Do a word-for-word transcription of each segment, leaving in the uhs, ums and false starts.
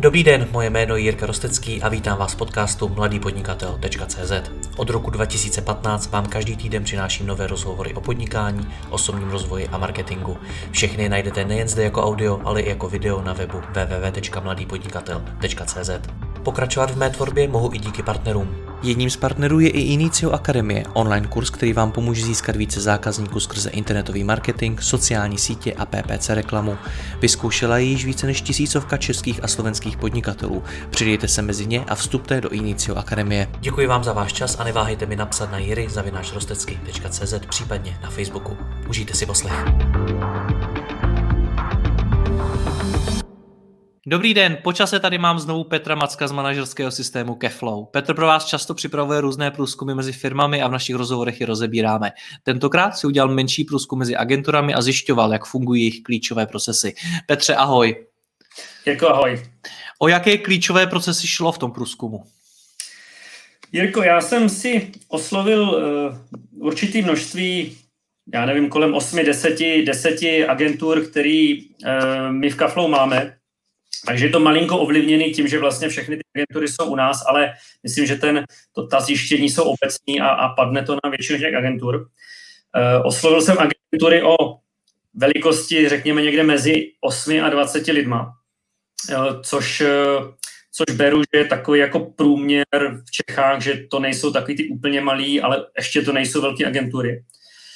Dobrý den, moje jméno je Jirka Rostecký a vítám vás v podcastu mladý podnikatel tečka cé zet. Od roku dva tisíce patnáct vám každý týden přináším nové rozhovory o podnikání, osobním rozvoji a marketingu. Všechny najdete nejen zde jako audio, ale i jako video na webu w w w tečka mladý podnikatel tečka cé zet. Pokračovat v mé tvorbě mohu i díky partnerům. Jedním z partnerů je i Inicio Akademie, online kurz, který vám pomůže získat více zákazníků skrze internetový marketing, sociální sítě a P P C reklamu. Vyzkoušela ji již více než tisícovka českých a slovenských podnikatelů. Přidejte se mezi ně a vstupte do Inicio Akademie. Děkuji vám za váš čas a neváhejte mi napsat na jiry zavináč rostecky tečka cé zet, případně na Facebooku. Užijte si poslech. Dobrý den, po čase tady mám znovu Petra Macka z manažerského systému Keflow. Petr pro vás často připravuje různé průzkumy mezi firmami a v našich rozhovorech je rozebíráme. Tentokrát si udělal menší průzkum mezi agenturami a zjišťoval, jak fungují jejich klíčové procesy. Petře, ahoj. Jirko, ahoj. O jaké klíčové procesy šlo v tom průzkumu? Jirko, já jsem si oslovil uh, určitý množství, já nevím, kolem osmi, deseti, deseti agentur, který uh, my v Keflow máme. Takže je to malinko ovlivněný tím, že vlastně všechny ty agentury jsou u nás, ale myslím, že ten, to, ta zjištění jsou obecní a, a padne to na většinu těch agentur. Uh, oslovil jsem agentury o velikosti, řekněme, někde mezi osmi a dvaceti lidma, uh, což, uh, což beru, že je takový jako průměr v Čechách, že to nejsou takový ty úplně malý, ale ještě to nejsou velké agentury.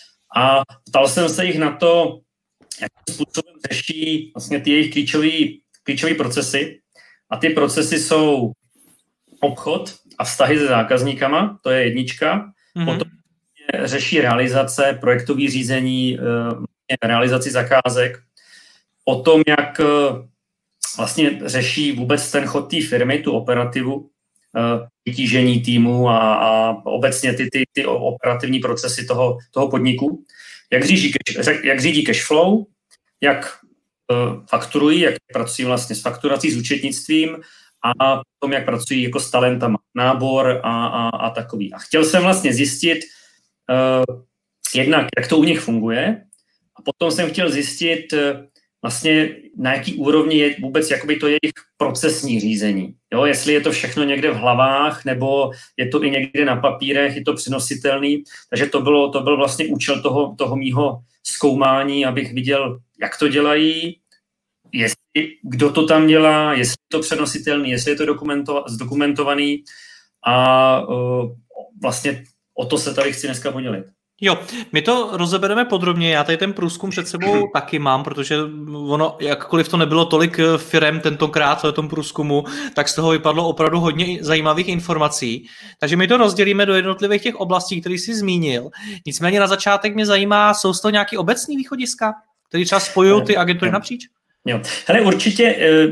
A ptal jsem se jich na to, jakým způsobem řeší vlastně ty jejich klíčový klíčové procesy a ty procesy jsou obchod a vztahy se zákazníkama, to je jednička, mm-hmm. Potom řeší realizace, projektové řízení, realizaci zakázek, o tom, jak vlastně řeší vůbec ten chod té firmy, tu operativu, vytížení týmu a, a obecně ty, ty, ty operativní procesy toho, toho podniku, jak řídí, jak řídí cash flow, jak fakturují, jak pracují vlastně s fakturací, s účetnictvím a potom, jak pracují jako s talentama, nábor a, a, a takový. A chtěl jsem vlastně zjistit uh, jednak, jak to u nich funguje a potom jsem chtěl zjistit uh, vlastně, na jaký úrovni je vůbec jakoby to jejich procesní řízení. Jo? Jestli je to všechno někde v hlavách, nebo je to i někde na papírech, je to přenositelný. Takže to, bylo, to byl vlastně účel toho, toho mýho zkoumání, abych viděl, jak to dělají, jestli, kdo to tam dělá, jestli je to přenositelný, jestli je to dokumentova- zdokumentovaný a uh, vlastně o to se tady chci dneska podělit. Jo, my to rozebereme podrobně, já tady ten průzkum před sebou taky mám, protože ono, jakkoliv to nebylo tolik firem tentokrát v tom průzkumu, tak z toho vypadlo opravdu hodně zajímavých informací. Takže my to rozdělíme do jednotlivých těch oblastí, které jsi zmínil. Nicméně na začátek mě zajímá, jsou z toho nějaký obecný východiska, které třeba spojují ty agentury napříč? Jo, hele, určitě,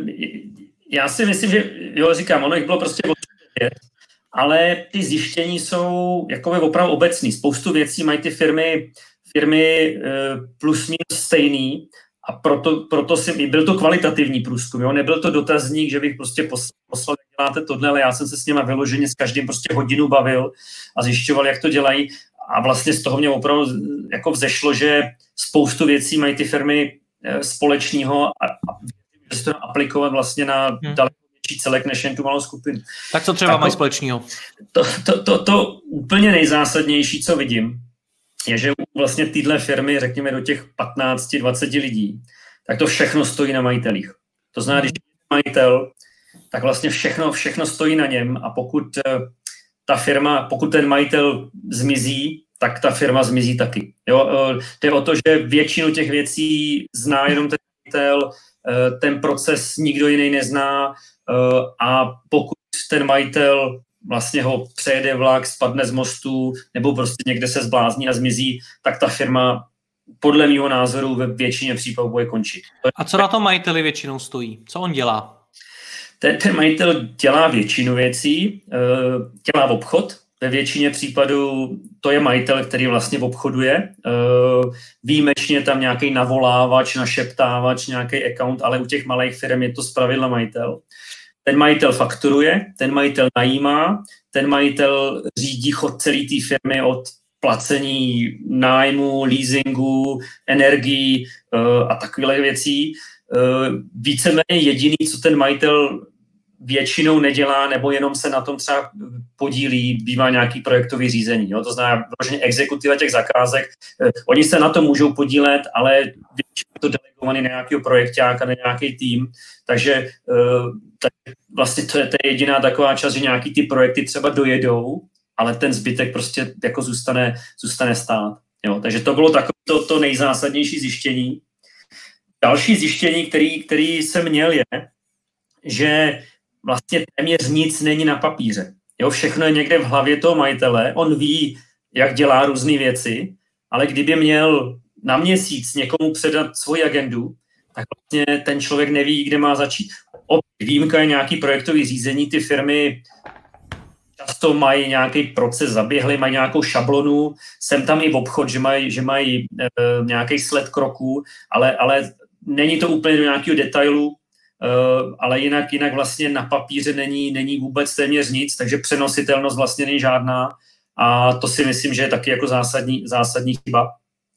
já si myslím, že, jo, říkám, ono jich bylo prostě pět, ale ty zjištění jsou jakoby opravdu obecný. Spoustu věcí mají ty firmy, firmy plus minus stejný a proto, proto si, byl to kvalitativní průzkum, jo? Nebyl to dotazník, že bych prostě poslal, jak děláte tohle, ale já jsem se s něma vyloženě s každým prostě hodinu bavil a zjišťoval, jak to dělají a vlastně z toho mě opravdu jako vzešlo, že spoustu věcí mají ty firmy společného a, a že se to aplikovat vlastně na hmm. daleko větší celek než jen tu malou skupinu. Tak co třeba tak mají společného? To, to, to, to úplně nejzásadnější, co vidím, je, že vlastně tyhle firmy, řekněme do těch patnáct dvacet lidí, tak to všechno stojí na majitelích. To znamená, když je majitel, tak vlastně všechno, všechno stojí na něm a pokud ta firma, pokud ten majitel zmizí, tak ta firma zmizí taky. Jo, to je o to, že většinu těch věcí zná jenom ten majitel, ten proces nikdo jiný nezná a pokud ten majitel vlastně ho přejede vlak, spadne z mostu nebo prostě někde se zblázní a zmizí, tak ta firma podle mýho názoru ve většině případů bude končit. A co na tom majiteli většinou stojí? Co on dělá? Ten, ten majitel dělá většinu věcí, dělá obchod. Ve většině případů to je majitel, který vlastně obchoduje. Výjimečně tam nějaký navolávač, našeptávač, nějaký account, ale u těch malých firm je to zpravidla majitel. Ten majitel fakturuje, ten majitel najímá, ten majitel řídí chod celé té firmy od placení nájmu, leasingu, energií a takových věcí. Víceméně jediný, co ten majitel většinou nedělá, nebo jenom se na tom třeba podílí, bývá nějaký projektový řízení. Jo? To znamená, vloženě exekutiva těch zakázek, eh, oni se na to můžou podílet, ale většinou to delegovaný na nějakého projekťáka, na nějaký tým, takže eh, tak vlastně to je, to je jediná taková část, že nějaký ty projekty třeba dojedou, ale ten zbytek prostě jako zůstane, zůstane stát. Jo? Takže to bylo takové to, to nejzásadnější zjištění. Další zjištění, který, který jsem měl, je, že vlastně téměř nic není na papíře. Jo, všechno je někde v hlavě toho majitele, on ví, jak dělá různé věci, ale kdyby měl na měsíc někomu předat svoji agendu, tak vlastně ten člověk neví, kde má začít. Výjimka je nějaký projektový řízení, ty firmy často mají nějaký proces zaběhlý, mají nějakou šablonu, sem tam i v obchod, že mají, že mají e, nějaký sled kroků, ale, ale není to úplně do nějakého detailu, Uh, ale jinak, jinak vlastně na papíře není, není vůbec téměř nic, takže přenositelnost vlastně není žádná a to si myslím, že je taky jako zásadní, zásadní chyba.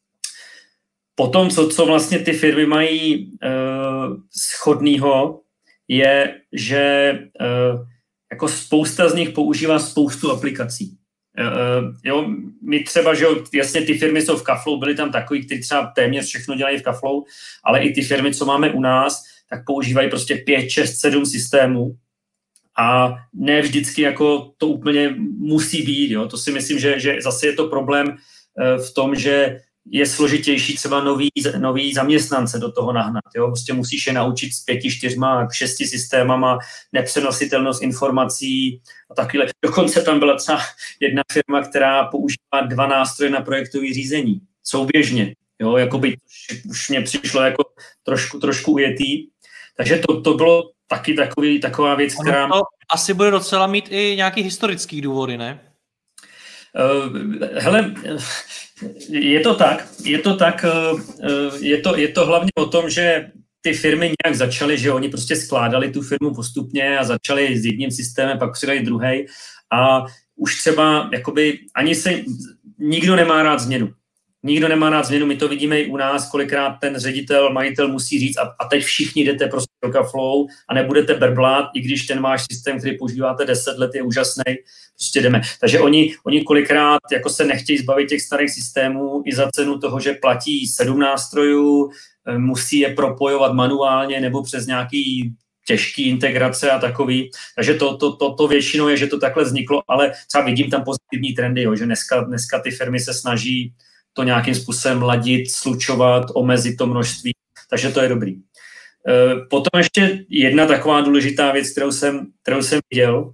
Potom, co, co vlastně ty firmy mají uh, shodného, je, že uh, jako spousta z nich používá spoustu aplikací. Uh, jo, my třeba, že jasně ty firmy jsou v Kaflow, byly tam takový, kteří třeba téměř všechno dělají v Kaflow, ale i ty firmy, co máme u nás, tak používají prostě pět, šest, sedm systémů a ne vždycky jako to úplně musí být. Jo. To si myslím, že, že zase je to problém v tom, že je složitější třeba nový, nový zaměstnance do toho nahnat. Jo. Prostě musíš je naučit s pěti, čtyřma, šesti systémama, nepřenositelnost informací a takovýhle. Dokonce tam byla třeba jedna firma, která používá dva nástroje na projektové řízení souběžně. Jo, jakoby už mě přišlo jako trošku, trošku ujetý. Takže to, to bylo taky takový, taková věc, ono která... To asi bude docela mít i nějaký historický důvody, ne? Uh, hele, je to tak. Je to tak. Uh, je, to, je to hlavně o tom, že ty firmy nějak začaly, že oni prostě skládali tu firmu postupně a začali s jedním systémem, pak přidali druhý a už třeba jakoby ani se... Nikdo nemá rád změnu. Nikdo nemá rád změnu, my to vidíme i u nás, kolikrát ten ředitel, majitel musí říct a, a teď všichni jdete prostě do Kaflow a nebudete brblat, i když ten váš systém, který používáte deset let, je úžasný, prostě jdeme. Takže oni, oni kolikrát jako se nechtějí zbavit těch starých systémů i za cenu toho, že platí sedm nástrojů, musí je propojovat manuálně nebo přes nějaký těžký integrace a takový. Takže to, to, to, to většinou je, že to takhle vzniklo, ale třeba vidím tam pozitivní trendy, jo, že dneska, dneska ty firmy se snaží to nějakým způsobem ladit, slučovat, omezit to množství, takže to je dobrý. Potom ještě jedna taková důležitá věc, kterou jsem, kterou jsem viděl,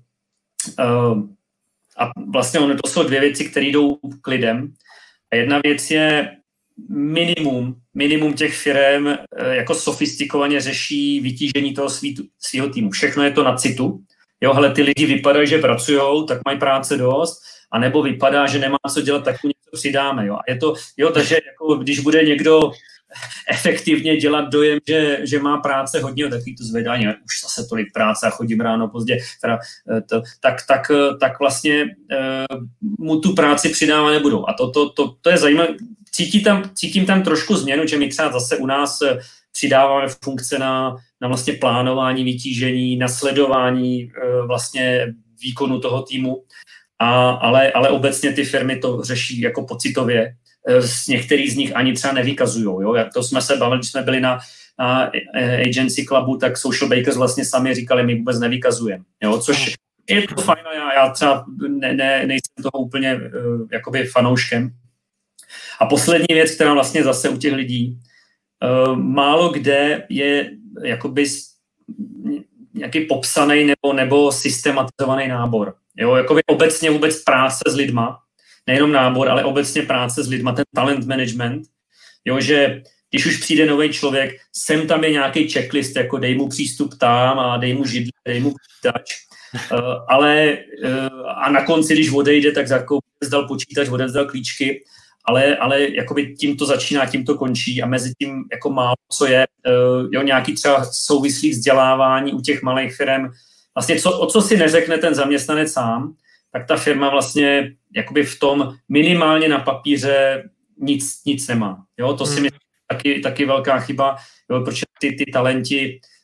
a vlastně ono to jsou dvě věci, které jdou k lidem. A jedna věc je minimum, minimum těch firm jako sofistikovaně řeší vytížení toho svého týmu. Všechno je to na citu. Jo, hele, ty lidi vypadají, že pracujou, tak mají práce dost, a nebo vypadá, že nemá co dělat, tak mu něco přidáme. Jo. A je to, jo, takže jako, když bude někdo efektivně dělat dojem, že, že má práce hodně, takový to zvedání, už zase tolik práce a chodím ráno pozdě, teda, to, tak, tak, tak vlastně mu tu práci přidávat nebudou. A to, to, to, to je zajímavé. Cítím tam, cítím tam trošku změnu, že my třeba zase u nás přidáváme funkce na, na vlastně plánování, vytížení, na sledování vlastně výkonu toho týmu. A, ale, ale obecně ty firmy to řeší jako pocitově. Z některých z nich ani třeba nevykazujou. Jo? To jsme se bavili, když jsme byli na, na agency clubu, tak Social Bakers vlastně sami říkali, my vůbec nevykazujeme. Jo? Což je to fajn, já, já třeba ne, ne, nejsem toho úplně uh, jakoby fanouškem. A poslední věc, která vlastně zase u těch lidí, uh, málo kde je jakoby nějaký popsaný nebo, nebo systematizovaný nábor. Jo, jakoby obecně vůbec práce s lidma, nejenom nábor, ale obecně práce s lidma, ten talent management, jo, že když už přijde nový člověk, sem tam je nějaký checklist, jako dej mu přístup tam a dej mu židli, dej mu počítač, uh, ale uh, a na konci, když odejde, tak jako zdal počítač, odevzdal klíčky, ale, ale jakoby tím to začíná, tím to končí a mezi tím jako málo co je, uh, jo, nějaký třeba souvislý vzdělávání u těch malých firm. Vlastně co, o co si neřekne ten zaměstnanec sám, tak ta firma vlastně jakoby v tom minimálně na papíře nic, nic nemá. Jo, to si myslím taky, taky velká chyba, jo, protože ty, ty talenti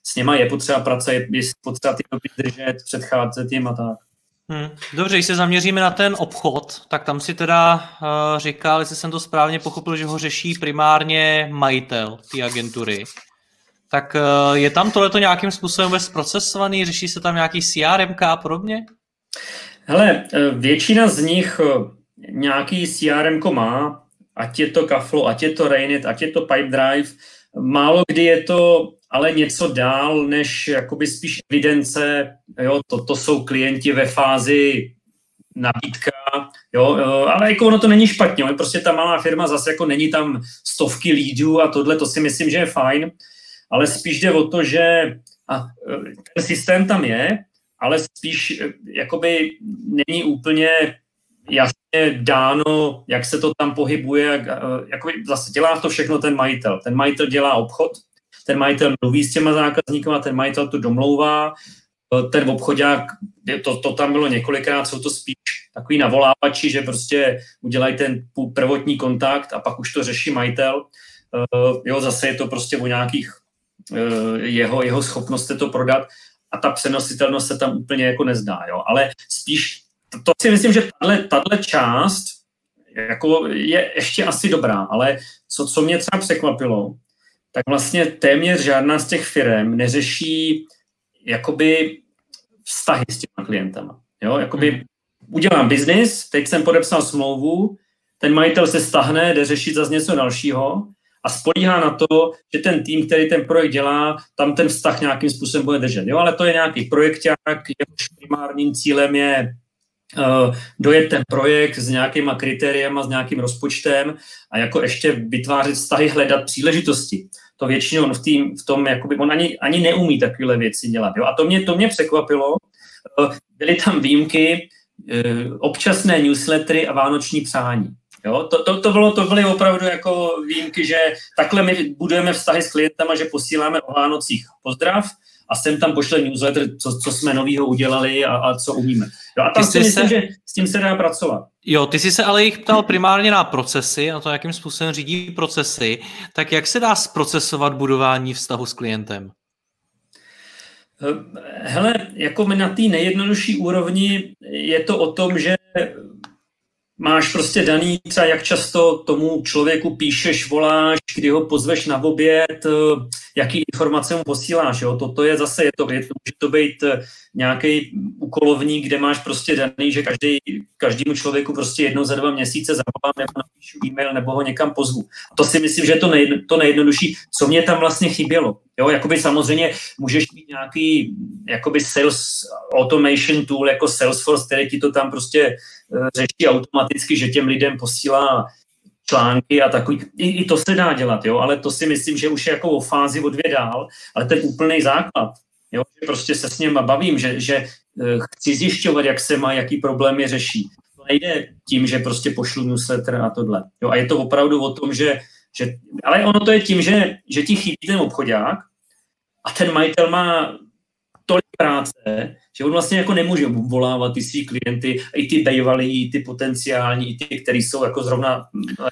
s nima je potřeba pracovat, je potřeba ty doby držet, předcházet jim a tak. Hmm. Dobře, když se zaměříme na ten obchod, tak tam si teda uh, říkal, jestli jsem to správně pochopil, že ho řeší primárně majitel té agentury. Tak uh, je tam tohleto nějakým způsobem vůbec procesovaný? Řeší se tam nějaký C R M a podobně? Hele, většina z nich nějaký C R M má, ať je to Kaflo, ať je to Rainit, ať je to Pipedrive. Málo kdy je to ale něco dál, než jakoby spíš evidence, jo, to, to jsou klienti ve fázi nabídka, jo, ale jako ono to není špatně, jo, prostě ta malá firma zase jako není tam stovky leadů a tohle, to si myslím, že je fajn, ale spíš jde o to, že a, ten systém tam je, ale spíš jakoby není úplně jasně dáno, jak se to tam pohybuje, jakoby zase dělá to všechno ten majitel. Ten majitel dělá obchod, ten majitel mluví s těma zákazníkama, ten majitel to domlouvá, ten obchodák, to, to tam bylo několikrát, jsou to spíš takový navolávači, že prostě udělají ten prvotní kontakt a pak už to řeší majitel. Jo, zase je to prostě o nějakých jeho, jeho schopnosti to prodat a ta přenositelnost se tam úplně jako nezdá, jo, ale spíš to, to si myslím, že tato část jako je ještě asi dobrá, ale co, co mě třeba překvapilo, tak vlastně téměř žádná z těch firem neřeší jakoby vztahy s těma klientama. Jo? Jakoby udělám biznis, teď jsem podepsal smlouvu, ten majitel se stáhne, jde řešit zase něco dalšího a spolíhá na to, že ten tým, který ten projekt dělá, tam ten vztah nějakým způsobem bude držet. Jo? Ale to je nějaký projekták, jehož primárním cílem je uh, dojet ten projekt s nějakýma kritériema, s nějakým rozpočtem a jako ještě vytvářet vztahy, hledat příležitosti. To většinou on v, tým, v tom, jakoby, on ani, ani neumí takové věci dělat. Jo? A to mě, to mě překvapilo. Byly tam výjimky, občasné newslettery a vánoční přání. Jo? To, to, to, bylo, to byly opravdu jako výjimky, že takhle my budujeme vztahy s klientama, že posíláme o Vánocích pozdrav a sem tam pošle newsletter, co, co jsme novýho udělali a, a co umíme. Jo? A tam si myslím, se... že s tím se dá pracovat. Jo, ty jsi se ale jich ptal primárně na procesy, na to, jakým způsobem řídí procesy. Tak jak se dá zprocesovat budování vztahu s klientem? Hele, jako my na té nejjednodušší úrovni je to o tom, že máš prostě daný třeba, jak často tomu člověku píšeš, voláš, kdy ho pozveš na oběd, jaký informace mu posíláš. Jo? Toto je zase, je to, je to, může to být nějaký úkolovník, kde máš prostě daný, že každý, každému člověku prostě jednou za dva měsíce zavolám nebo napíšu e-mail nebo ho někam pozvu. A to si myslím, že je to, nejjedno, to nejjednodušší, co mě tam vlastně chybělo. Jo? Jakoby samozřejmě můžeš mít nějaký jakoby sales automation tool jako Salesforce, který ti to tam prostě řeší automaticky, že těm lidem posílá články a takový. I, i to se dá dělat, jo, ale to si myslím, že už je jako o fázi o dvě dál, ale ten úplný základ, jo, že prostě se s něma bavím, že, že chci zjišťovat, jak se má, jaký problémy řeší. To nejde tím, že prostě pošlu newsletter a tohle. Jo, a je to opravdu o tom, že, že ale ono to je tím, že, že ti chybí ten obchodák a ten majitel má tolik práce, že on vlastně jako nemůže volávat ty svý klienty, i ty bejvalí, i ty potenciální, i ty, který jsou jako zrovna...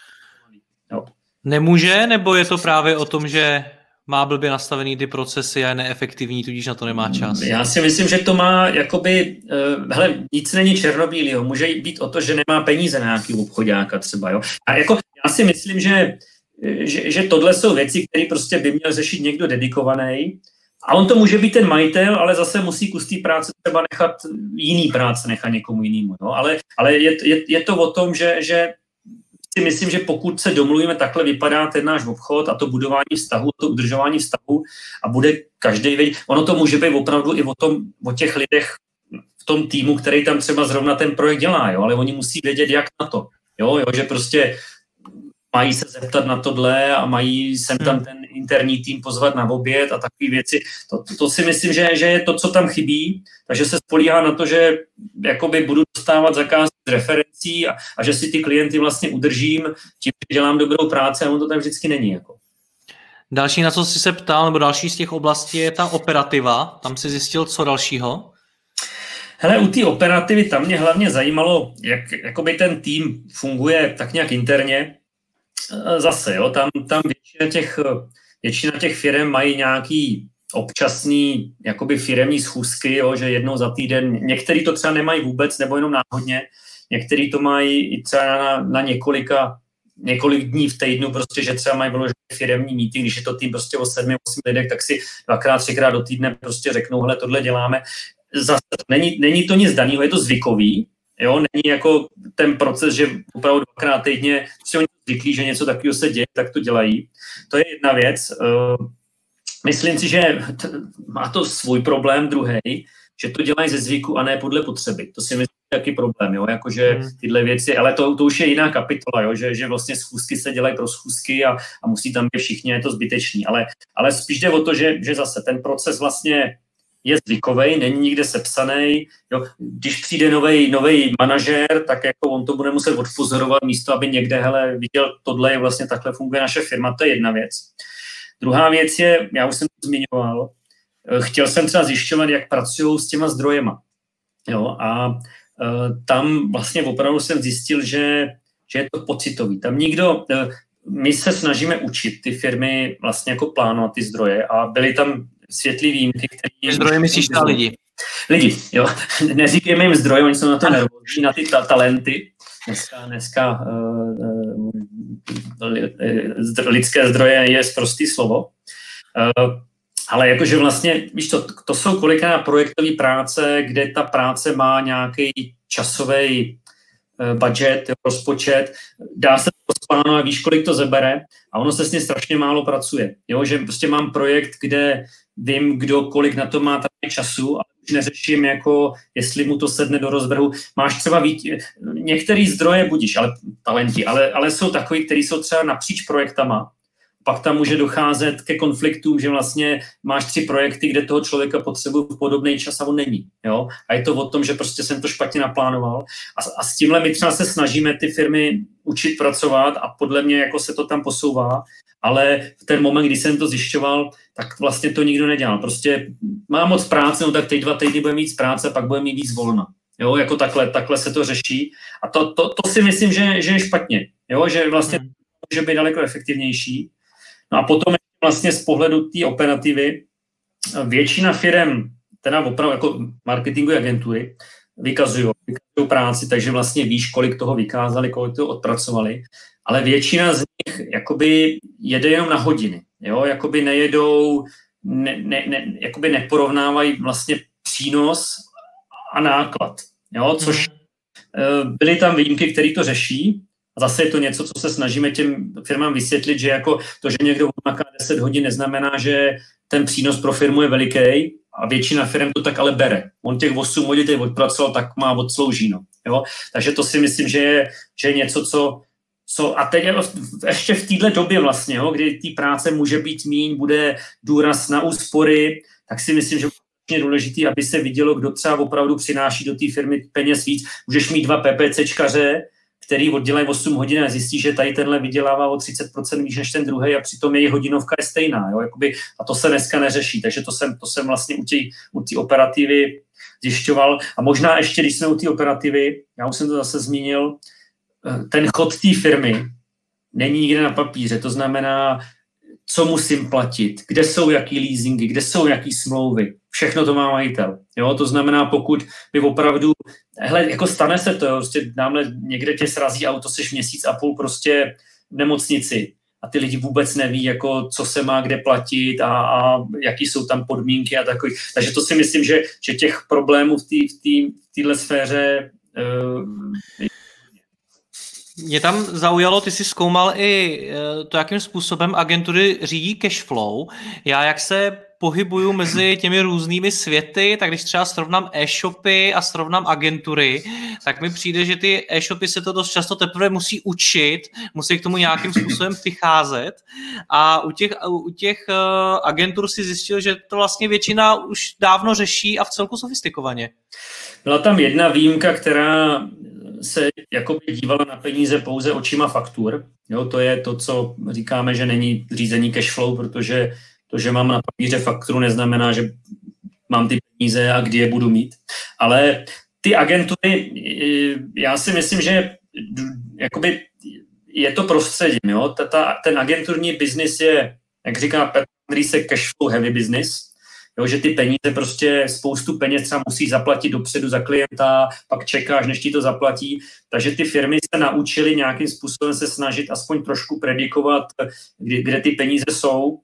Jo. Nemůže, nebo je to právě o tom, že má blbě nastavený ty procesy a je neefektivní, tudíž na to nemá čas? Já si myslím, že to má jakoby... Uh, hele, nic není černobílýho. Může být o to, že nemá peníze na nějaký obchodáka třeba, jo. A jako já si myslím, že, že, že tohle jsou věci, které prostě by měl řešit někdo dedikovaný. A on to může být ten majitel, ale zase musí kus té práce třeba nechat, jiný práce nechat někomu jinému. No? Ale, ale je, je, je to o tom, že, že si myslím, že pokud se domluvíme, takhle vypadá ten náš obchod a to budování vztahu, to udržování vztahu a bude každý vědět, ono to může být opravdu i o, tom, o těch lidech v tom týmu, který tam třeba zrovna ten projekt dělá, jo? Ale oni musí vědět, jak na to. Jo? Jo? Že prostě mají se zeptat na tohle a mají sem tam ten interní tým pozvat na oběd a takové věci. To, to, to si myslím, že, že je to, co tam chybí, takže se spolíhá na to, že jakoby budu dostávat zakázky z referencí a, a že si ty klienty vlastně udržím, tím, že dělám dobrou práci a on to tam vždycky není. Jako. Další, na co jsi se ptal, nebo další z těch oblastí je ta operativa. Tam jsi zjistil, co dalšího? Hele, u té operativy tam mě hlavně zajímalo, jak jakoby ten tým funguje tak nějak interně. Zase, jo, tam, tam většina těch, většina těch firm mají nějaký občasný jakoby firemní schůzky, jo, že jednou za týden, některý to třeba nemají vůbec nebo jenom náhodně, některý to mají i třeba na, na několika, několik dní v týdnu, prostě, že třeba mají vyložený firemní meeting, když je to tým prostě o sedmi, osmi lidech, tak si dvakrát, třikrát do týdne prostě řeknou, hele, tohle děláme. Zase není, není to nic daného, je to zvykový, jo, není jako ten proces, že opravdu dvakrát týdně si oni zvyklí, že něco takového se děje, tak to dělají. To je jedna věc. Myslím si, že má to svůj problém druhý, že to dělají ze zvyku a ne podle potřeby. To si myslím, že je taky problém, jo? Jakože tyhle věci, ale to, to už je jiná kapitola, jo? Že, že vlastně schůzky se dělají pro schůzky a, a musí tam být všichni, je to zbytečný. Ale, ale spíš jde o to, že, že zase ten proces vlastně je zvykový, není nikde sepsaný. Jo? Když přijde nový manažér, tak jako on to bude muset odpozorovat místo, aby někde hele, viděl, tohle je vlastně takhle funguje naše firma, to je jedna věc. Druhá věc je, já už jsem to zmiňoval, chtěl jsem třeba zjišťovat, jak pracují s těma zdrojema. Jo? A uh, tam vlastně opravdu jsem zjistil, že, že je to pocitový. Tam nikdo, uh, my se snažíme učit ty firmy vlastně jako plánovat ty zdroje a byly tam světlý výjimky, které... Zdroje myslíš na lidi? Lidi, jo. Neříkejme jim zdroje, oni jsou na to nervózní, na ty ta- talenty. Dneska, dneska uh, uh, lidské zdroje je sprostý slovo. Uh, ale jakože vlastně, víš to, to jsou kolikrát projektové práce, kde ta práce má nějaký časový uh, budget, rozpočet, dá se to rozplánovat, víš, kolik to zabere a ono se s ním strašně málo pracuje. Jo, že prostě mám projekt, kde vím, kdo kolik na to má tady času, ale už neřeším, jako jestli mu to sedne do rozvrhu. Máš třeba víc, některý zdroje budíš, ale talenti, ale, ale jsou takový, který jsou třeba napříč projektama. Pak tam může docházet ke konfliktům, že vlastně máš tři projekty, kde toho člověka potřebuji v podobný čas a on není. Jo? A je to o tom, že prostě jsem to špatně naplánoval. A, a s tímhle my třeba se snažíme ty firmy učit pracovat a podle mě jako se to tam posouvá, ale v ten moment, kdy jsem to zjišťoval, tak vlastně to nikdo nedělal. Prostě mám moc práce, no tak teď dva týdny bude mít práce, pak bude mít víc volna. Jo, jako takhle, takhle se to řeší. A to, to, to si myslím, že, že je špatně. Jo, že vlastně může být daleko efektivnější. No a potom vlastně z pohledu té operativy většina firem, teda opravdu jako marketingové agentury, vykazují, vykazují práci, takže vlastně víš, kolik toho vykázali, kolik toho odpracovali, ale většina z nich jakoby jede jenom na hodiny, jo, jakoby nejedou, ne, ne, ne, jakoby neporovnávají vlastně přínos a náklad, jo, což hmm. byly tam výjimky, které to řeší. A zase je to něco, co se snažíme těm firmám vysvětlit, že jako to, že někdo odmaká deset hodin, neznamená, že ten přínos pro firmu je veliký a většina firm to tak ale bere. On těch osm hodin teď odpracoval, tak má odslouží. No. Jo? Takže to si myslím, že je, že je něco, co, co... A teď ještě v této době vlastně, jo, kdy té práce může být míň, bude důraz na úspory, tak si myslím, že je důležitý, aby se vidělo, kdo třeba opravdu přináší do té firmy peněz víc. Můžeš mít dva PPCčkaře, který oddělají osm hodin a zjistí, že tady tenhle vydělává o třicet procent víc než ten druhý a přitom její hodinovka je stejná. Jo? Jakoby, a to se dneska neřeší, takže to jsem, to jsem vlastně u té u té operativy zjišťoval. A možná ještě, když jsme u té operativy, já už jsem to zase zmínil, ten chod té firmy není nikde na papíře, to znamená, co musím platit, kde jsou jaký leasingy, kde jsou jaký smlouvy, všechno to má majitel. Jo? To znamená, pokud by opravdu, hele, jako stane se to, prostě dámhle někde tě srazí auto, seš měsíc a půl prostě v nemocnici a ty lidi vůbec neví, jako, co se má kde platit a, a jaký jsou tam podmínky a takový. Takže to si myslím, že, že těch problémů v téhle v sféře uh, Mě tam zaujalo, ty jsi zkoumal i to, jakým způsobem agentury řídí cash flow. Já jak se pohybuju mezi těmi různými světy, tak když třeba srovnám e-shopy a srovnám agentury, tak mi přijde, že ty e-shopy se to dost často teprve musí učit, musí k tomu nějakým způsobem přicházet a u těch, u těch agentur si zjistil, že to vlastně většina už dávno řeší a v celku sofistikovaně. Byla tam jedna výjimka, která se jakoby dívala na peníze pouze očima faktur. Jo, to je to, co říkáme, že není řízení cash flow, protože to, že mám na papíře fakturu, neznamená, že mám ty peníze a kdy je budu mít. Ale ty agentury, já si myslím, že jakoby je to prostředím. Jo? Tata, ten agenturní biznis je, jak říká Petr Andrýsek, cash flow heavy business. Jo, že ty peníze prostě, spoustu peněz třeba musí zaplatit dopředu za klienta, pak čekáš, než ti to zaplatí. Takže ty firmy se naučily nějakým způsobem se snažit aspoň trošku predikovat, kde, kde ty peníze jsou.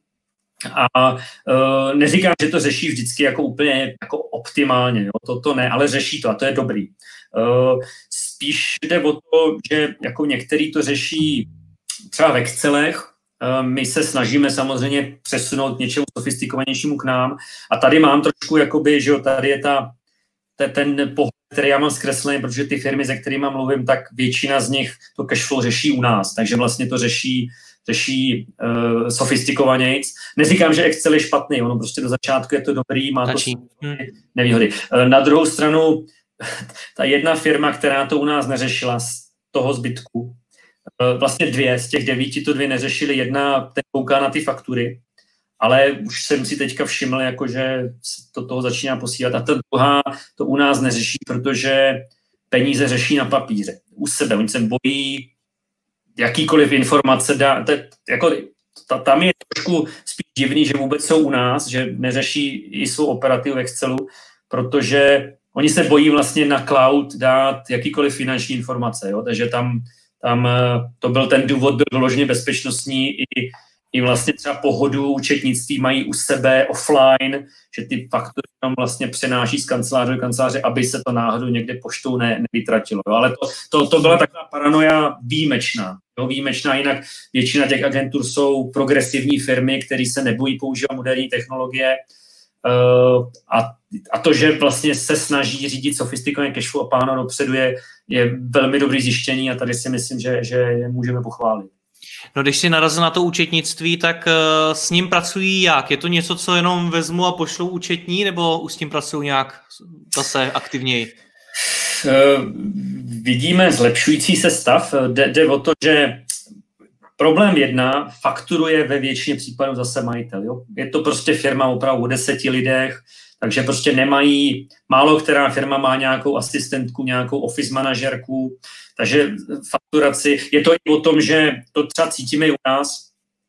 A uh, neříkám, že to řeší vždycky jako úplně jako optimálně, jo? To, to ne, ale řeší to a to je dobrý. Uh, spíš jde o to, že jako některý to řeší třeba v Excelech, uh, my se snažíme samozřejmě přesunout k něčemu sofistikovanějšímu k nám a tady mám trošku jakoby, že jo, tady je ta, ta, ten pohled, který já mám zkreslený, protože ty firmy, se kterými mluvím, tak většina z nich to cashflow řeší u nás, takže vlastně to řeší řeší uh, sofistikovanějc. Neříkám, že Excel je špatný, ono prostě do začátku je to dobrý, má to nevýhody. Uh, na druhou stranu, ta jedna firma, která to u nás neřešila z toho zbytku, uh, vlastně dvě, z těch devíti to dvě neřešily, jedna ten kouká na ty faktury, ale už jsem si teďka všiml, jakože to toho začíná posílat a ta druhá to u nás neřeší, protože peníze řeší na papíře. U sebe, oni se bojí jakýkoliv informace dá, to, jako, ta, tam je trošku spíš divný, že vůbec jsou u nás, že neřeší i svou operativu v Excelu, protože oni se bojí vlastně na cloud dát jakýkoliv finanční informace, jo? Takže tam, tam to byl ten důvod, byl vyloženě bezpečnostní i, i vlastně třeba pohodu účetnictví mají u sebe offline, že ty faktury tam vlastně přenáší z kanceláře do kanceláře, aby se to náhodou někde poštou ne, nevytratilo. Jo? Ale to, to, to byla taková paranoja výjimečná. Jo? Výjimečná, jinak většina těch agentur jsou progresivní firmy, které se nebojí používat moderní technologie uh, a, a to, že vlastně se snaží řídit sofistikovaný cashflow a plánu dopředu je, je velmi dobrý zjištění a tady si myslím, že, že je můžeme pochválit. No, když si narazil na to účetnictví, tak uh, s ním pracují jak? Je to něco, co jenom vezmu a pošlou účetní, nebo už s tím pracují nějak zase aktivněji? Uh, vidíme zlepšující se stav. Jde, jde o to, že problém jedna, fakturuje ve většině případů zase majitel. Jo? Je to prostě firma opravdu o deseti lidech, takže prostě nemají, málo která firma má nějakou asistentku, nějakou office manažerku, takže fakturaci, je to i o tom, že to třeba cítíme i u nás,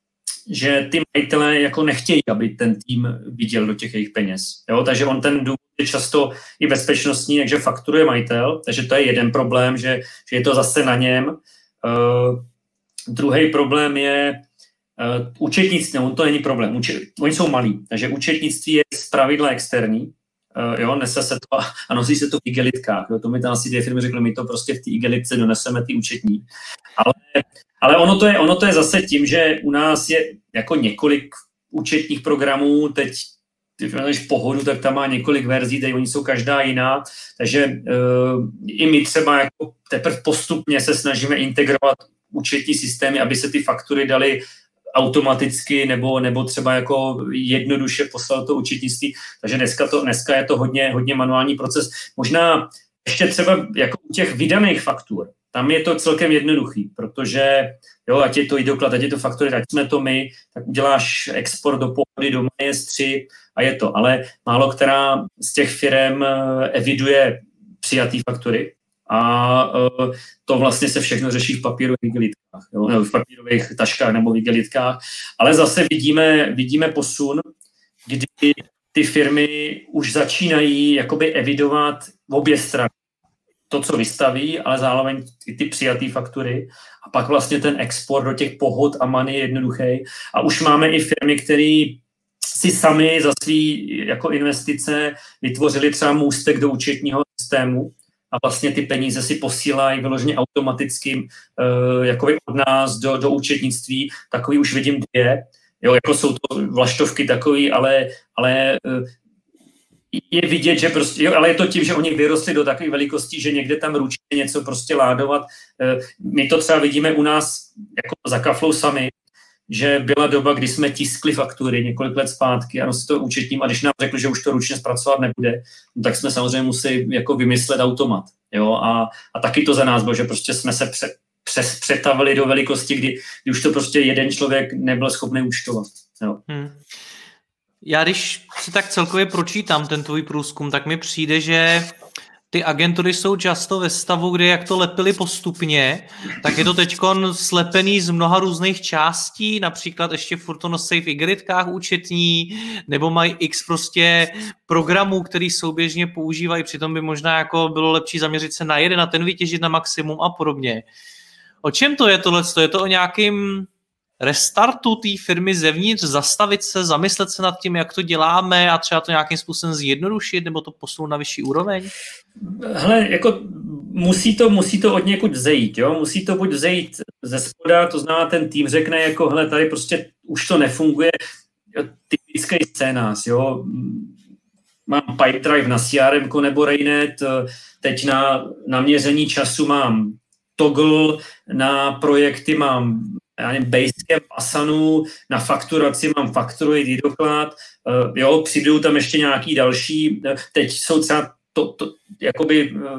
že ty majitelé jako nechtějí, aby ten tým viděl do těch jejich peněz. Jo? Takže on ten důvod je často i bezpečnostní, takže fakturuje majitel, takže to je jeden problém, že, že je to zase na něm. Uh, druhý problém je uh, účetnictví, on to není problém, Uči, oni jsou malí, takže účetnictví je zpravidla externí, uh, jo, nese se to a nosí se to v igelitkách, jo? To mi tam asi dvě firmy řekly, my to prostě v té igelitce doneseme ty účetní. Ale Ale ono to, je, ono to je zase tím, že u nás je jako několik účetních programů, teď když máš pohodu, tak tam má několik verzí, teď oni jsou každá jiná, takže uh, i my třeba jako teprve postupně se snažíme integrovat účetní systémy, aby se ty faktury daly automaticky nebo, nebo třeba jako jednoduše poslat to účetnictví, takže dneska, to, dneska je to hodně, hodně manuální proces. Možná ještě třeba jako u těch vydaných faktur, tam je to celkem jednoduchý, protože jo, ať je to i doklad, ať je to faktury, ať jsme to my, tak uděláš export do pohody, do Majes tři a je to. Ale málo která z těch firm eviduje přijatý faktury a to vlastně se všechno řeší v papírových igelitkách, jo, nebo v papírových taškách nebo v igelitkách. Ale zase vidíme, vidíme posun, kdy ty firmy už začínají jakoby evidovat v obě strany. To, co vystaví, ale zároveň i ty přijaté faktury a pak vlastně ten export do těch pohod a money je jednoduchý. A už máme i firmy, které si sami za svý jako investice vytvořili třeba můstek do účetního systému a vlastně ty peníze si posílají vyloženě automaticky uh, jako od nás do, do účetnictví. Takový už vidím dvě. Jo, jako jsou to vlaštovky takový, ale, ale uh, je vidět, že prostě, jo, ale je to tím, že oni vyrostli do takové velikosti, že někde tam ručí něco prostě ládovat. My to třeba vidíme u nás jako za Kaflou sami, že byla doba, kdy jsme tiskli faktury několik let zpátky a nosili to účetním a když nám řekli, že už to ručně zpracovat nebude, no, tak jsme samozřejmě museli jako vymyslet automat. Jo? A, a taky to za nás bylo, že prostě jsme se pře, přes, přetavili do velikosti, kdy, kdy už to prostě jeden člověk nebyl schopný účtovat. Jo? Hmm. Já když si tak celkově pročítám ten tvůj průzkum, tak mi přijde, že ty agentury jsou často ve stavu, kde jak to lepili postupně, tak je to teďkon slepený z mnoha různých částí, například ještě furt to nosej v igritkách účetní, nebo mají x prostě programů, který souběžně používají, přitom by možná jako bylo lepší zaměřit se na jeden, na ten vytěžit na maximum a podobně. O čem to je tohleto? Je to o nějakým restartu té firmy zevnitř, zastavit se, zamyslet se nad tím, jak to děláme a třeba to nějakým způsobem zjednodušit nebo to posunout na vyšší úroveň? Hele, jako musí to, musí to od někud vzejít, jo? Musí to buď vzejít ze spoda, to znamená ten tým řekne jako, hele, tady prostě už to nefunguje, typický scénář, jo? Mám Pipedrive na C R M nebo Raynet, teď na, na měření času mám Toggle, na projekty mám já nevím, Basecamp, Asanu, na fakturaci mám Factory, doklad, uh, jo, přijdou tam ještě nějaký další, teď jsou třeba to, to jakoby uh,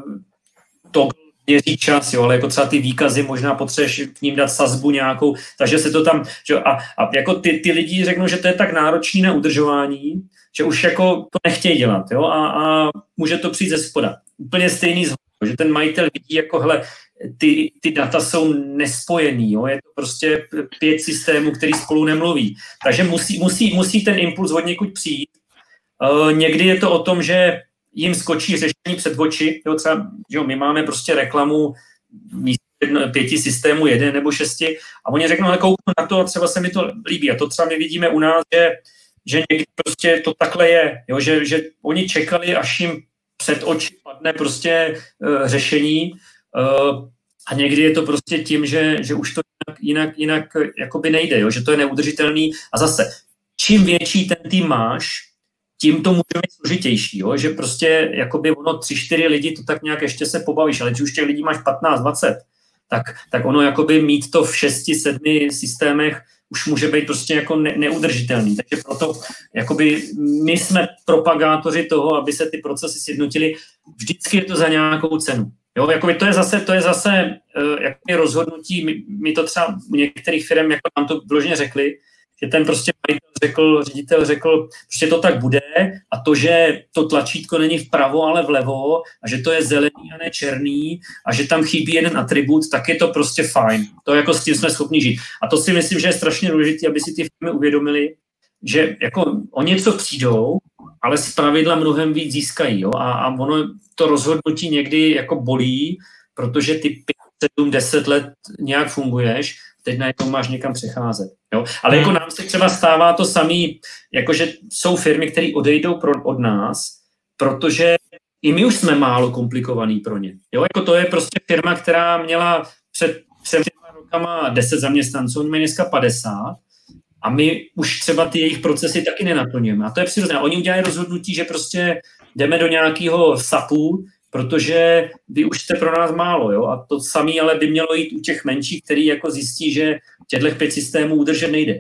to měří čas, jo, ale jako třeba ty výkazy možná potřebuješ k ním dát sazbu nějakou, takže se to tam, že, a, a jako ty, ty lidi řeknou, že to je tak náročný na udržování, že už jako to nechtějí dělat, jo, a, a může to přijít ze spoda. Úplně stejný zvuk, že ten majitel vidí jako, hele, ty, ty data jsou nespojený, jo? Je to prostě pět systémů, který spolu nemluví. Takže musí, musí, musí ten impuls od někud přijít. Uh, někdy je to o tom, že jim skočí řešení před oči. Jo? Třeba, jo, my máme prostě reklamu místo pěti systémů, jeden nebo šesti a oni řeknou, ale kouknu na to a třeba se mi to líbí. A to třeba my vidíme u nás, že, že někdy prostě to takhle je, jo? Že, že oni čekali, až jim před oči padne prostě uh, řešení. Uh, a někdy je to prostě tím, že, že už to jinak, jinak, jinak jakoby nejde, jo? Že to je neudržitelný. A zase, čím větší ten tým máš, tím to může být složitější, jo? Že prostě jakoby ono tři, čtyři lidi, to tak nějak ještě se pobavíš, ale když už těch lidí máš patnáct, dvacet, tak, tak ono jakoby mít to v šesti, sedmi systémech už může být prostě jako ne, neudržitelný. Takže proto jakoby my jsme propagátoři toho, aby se ty procesy sjednotily. Vždycky je to za nějakou cenu. Jo, jakoby to je zase, to je zase uh, jakoby rozhodnutí, my, my to třeba u některých firm jako nám to vložně řekli, že ten prostě majitel řekl, ředitel řekl, prostě to tak bude a to, že to tlačítko není vpravo, ale vlevo a že to je zelený a ne černý a že tam chybí jeden atribut, tak je to prostě fajn. To jako s tím jsme schopni žít. A to si myslím, že je strašně důležité, aby si ty firmy uvědomili, že jako o něco přijdou, ale zpravidla mnohem víc získají. Jo? A, a ono to rozhodnutí někdy jako bolí, protože ty pět, sedm, deset let nějak funguješ, teď najednou máš někam přecházet. Jo? Ale jako nám se třeba stává to samý, jakože jsou firmy, které odejdou pro, od nás, protože i my už jsme málo komplikovaný pro ně. Jo? Jako to je prostě firma, která měla před třemi rokama deset zaměstnanců, oni mají dneska padesát, a my už třeba ty jejich procesy taky nenaplňujeme. A to je přirozené. Oni udělají rozhodnutí, že prostě jdeme do nějakého sapu, protože vy už jste pro nás málo. Jo? A to samé ale by mělo jít u těch menších, který jako zjistí, že těchto pět systémů udržet nejde.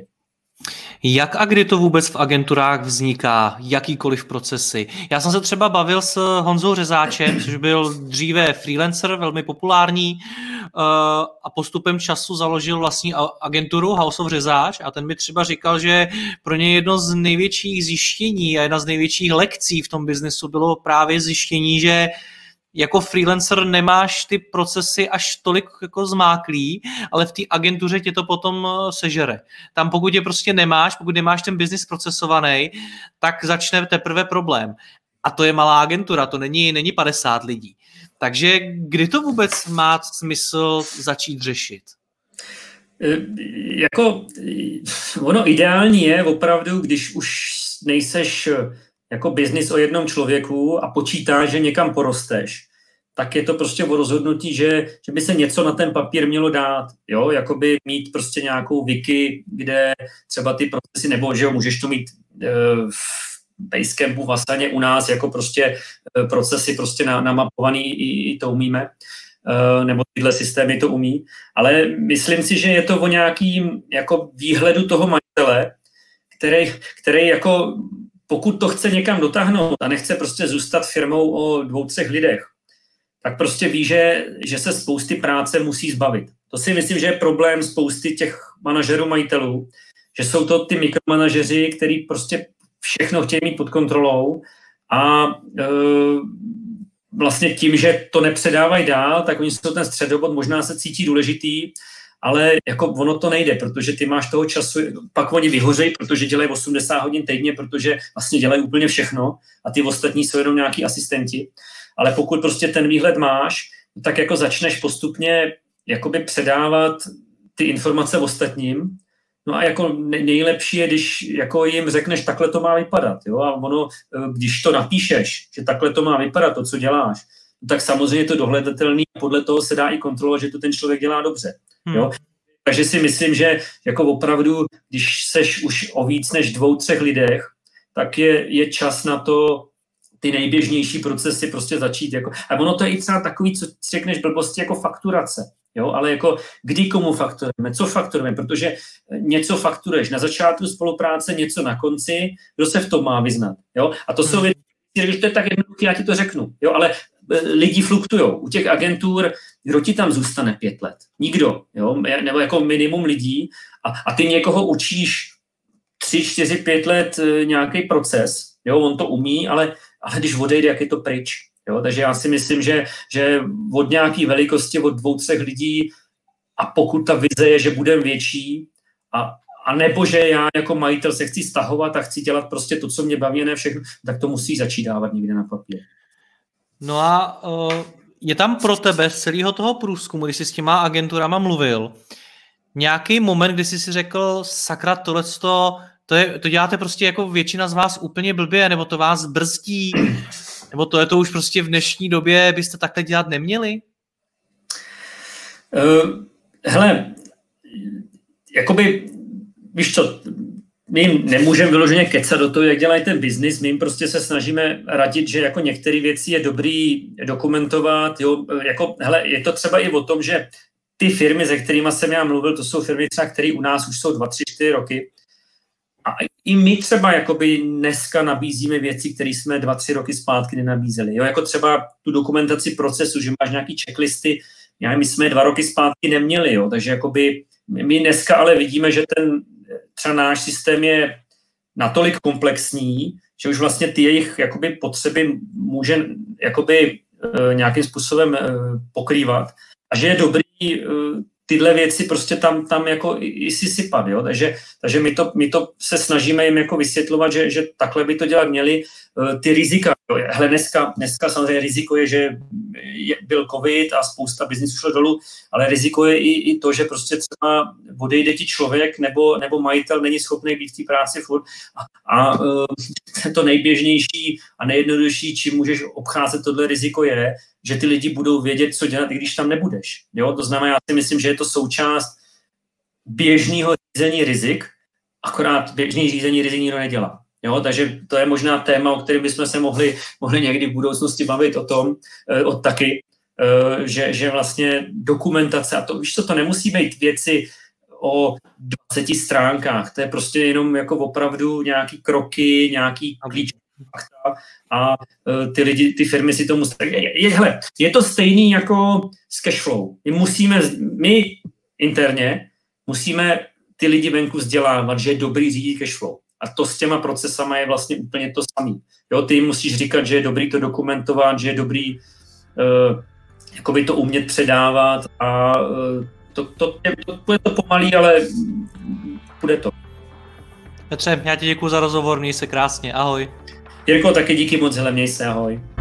Jak a kdy to vůbec v agenturách vzniká, jakýkoliv procesy? Já jsem se třeba bavil s Honzou Řezáčem, což byl dříve freelancer, velmi populární, a postupem času založil vlastní agenturu House of Řezáč a ten mi třeba říkal, že pro ně jedno z největších zjištění a jedna z největších lekcí v tom biznesu bylo právě zjištění, že jako freelancer nemáš ty procesy až tolik jako zmáklý, ale v té agentuře tě to potom sežere. Tam pokud je prostě nemáš, pokud nemáš ten biznis procesovaný, tak začne teprve problém. A to je malá agentura, to není, není padesát lidí. Takže kdy to vůbec má smysl začít řešit? Jako, ono ideální je opravdu, když už nejseš jako biznis o jednom člověku a počítáš, že někam porosteš, tak je to prostě o rozhodnutí, že, že by se něco na ten papír mělo dát, jo, jakoby mít prostě nějakou wiki, kde třeba ty procesy, nebo že jo, můžeš to mít uh, v Basecampu, v Asaně u nás, jako prostě uh, procesy prostě na, namapovaný, i, i to umíme, uh, nebo tyhle systémy to umí, ale myslím si, že je to o nějakým jako výhledu toho majitele, který, který jako pokud to chce někam dotáhnout a nechce prostě zůstat firmou o dvou, třech lidech, tak prostě ví, že, že se spousty práce musí zbavit. To si myslím, že je problém spousty těch manažerů, majitelů, že jsou to ty mikromanažeři, kteří prostě všechno chtějí mít pod kontrolou a e, vlastně tím, že to nepředávají dál, tak oni jsou ten středobod, možná se cítí důležitý, ale jako ono to nejde, protože ty máš toho času, pak oni vyhořejí, protože dělají osmdesát hodin týdně, protože vlastně dělají úplně všechno a ty ostatní jsou jenom nějaký asistenti. Ale pokud prostě ten výhled máš, tak jako začneš postupně jakoby předávat ty informace ostatním. No a jako nejlepší je, když jako jim řekneš, takhle to má vypadat. Jo? A ono, když to napíšeš, že takhle to má vypadat, to, co děláš, tak samozřejmě je to dohledatelný a podle toho se dá i kontrolovat, že to ten člověk dělá dobře. Jo? Hmm. Takže si myslím, že jako opravdu, když seš už o víc než dvou, třech lidech, tak je, je čas na to ty nejběžnější procesy prostě začít. Jako, a ono to je i třeba takový, co řekneš blbosti, jako fakturace. Jo? Ale jako kdy komu fakturujeme, co fakturujeme, protože něco fakturuješ na začátku spolupráce, něco na konci, kdo se v tom má vyznat. Jo? A to jsou věci, když to je tak jednoduché, já ti to řeknu. Jo? Ale lidi fluktujou. U těch agentur, kdo ti tam zůstane pět let? Nikdo. Jo? Nebo jako minimum lidí. A, a ty někoho učíš tři, čtyři, pět let nějaký proces. Jo? On to umí, ale, ale když odejde, jak je to pryč. Jo? Takže já si myslím, že, že od nějaké velikosti, od dvou, třech lidí a pokud ta vize je, že budeme větší a, a nebo že já jako majitel se chci stahovat a chci dělat prostě to, co mě baví, ne všechno, tak to musí začít dávat někde na papír. No a uh, je tam pro tebe z celého toho průzkumu, když jsi s těma agenturama mluvil, nějaký moment, kdy jsi si řekl, sakra, tohleto, to, je, to děláte prostě jako většina z vás úplně blbě, nebo to vás brzdí, nebo to je to už prostě v dnešní době byste takhle dělat neměli? Uh, hele, jakoby, víš co, my jim nemůžeme vyloženě kecat do toho, jak dělají ten biznis, my jim prostě se snažíme radit, že jako některé věci je dobrý dokumentovat, jo, jako, hele, je to třeba i o tom, že ty firmy, se kterými jsem já mluvil, to jsou firmy třeba, které u nás už jsou dva, tři, čtyři roky a i my třeba jakoby dneska nabízíme věci, které jsme dva, tři roky zpátky nenabízeli, jo, jako třeba tu dokumentaci procesu, že máš nějaký checklisty, já, my jsme dva roky zpátky neměli, jo, takže jakoby my dneska ale vidíme, že ten třeba náš systém je natolik komplexní, že už vlastně ty jejich jakoby potřeby může jakoby e, nějakým způsobem e, pokrývat a že je dobrý e, tyhle věci prostě tam, tam jako i, i si sypat, jo? Takže, takže my, to, my to se snažíme jim jako vysvětlovat, že, že takhle by to dělat měli. E, ty rizika, jo? Hele, dneska, dneska samozřejmě riziko je, že je, byl covid a spousta biznisů šlo dolů, ale riziko je i, i to, že prostě třeba odejde ti člověk nebo, nebo majitel není schopný být v té práci furt a, a e, to nejběžnější a nejjednodušší, čím můžeš obcházet tohle riziko je, že ty lidi budou vědět, co dělat, i když tam nebudeš. Jo? To znamená, já si myslím, že je to součást běžného řízení rizik, akorát běžný řízení rizik nikdo nedělá. Jo? Takže to je možná téma, o kterém bychom se mohli, mohli někdy v budoucnosti bavit o tom, o taky, že, že vlastně dokumentace, a to víš co, to nemusí být věci o dvaceti stránkách, to je prostě jenom jako opravdu nějaký kroky, nějaký klíčové fakta a uh, ty lidi, ty firmy si to musí... Je, je, hele, je to stejný jako s cashflow. My musíme, my interně musíme ty lidi venku vzdělávat, že je dobrý řídit cashflow. A to s těma procesama je vlastně úplně to samý. Jo, ty musíš říkat, že je dobrý to dokumentovat, že je dobrý uh, jakoby to umět předávat a uh, to, to, to, to je to pomalý, ale bude to. Petře, já ti děkuju za rozhovor, měj se krásně, ahoj. Jirko, taky díky moc, hele, měj se, ahoj.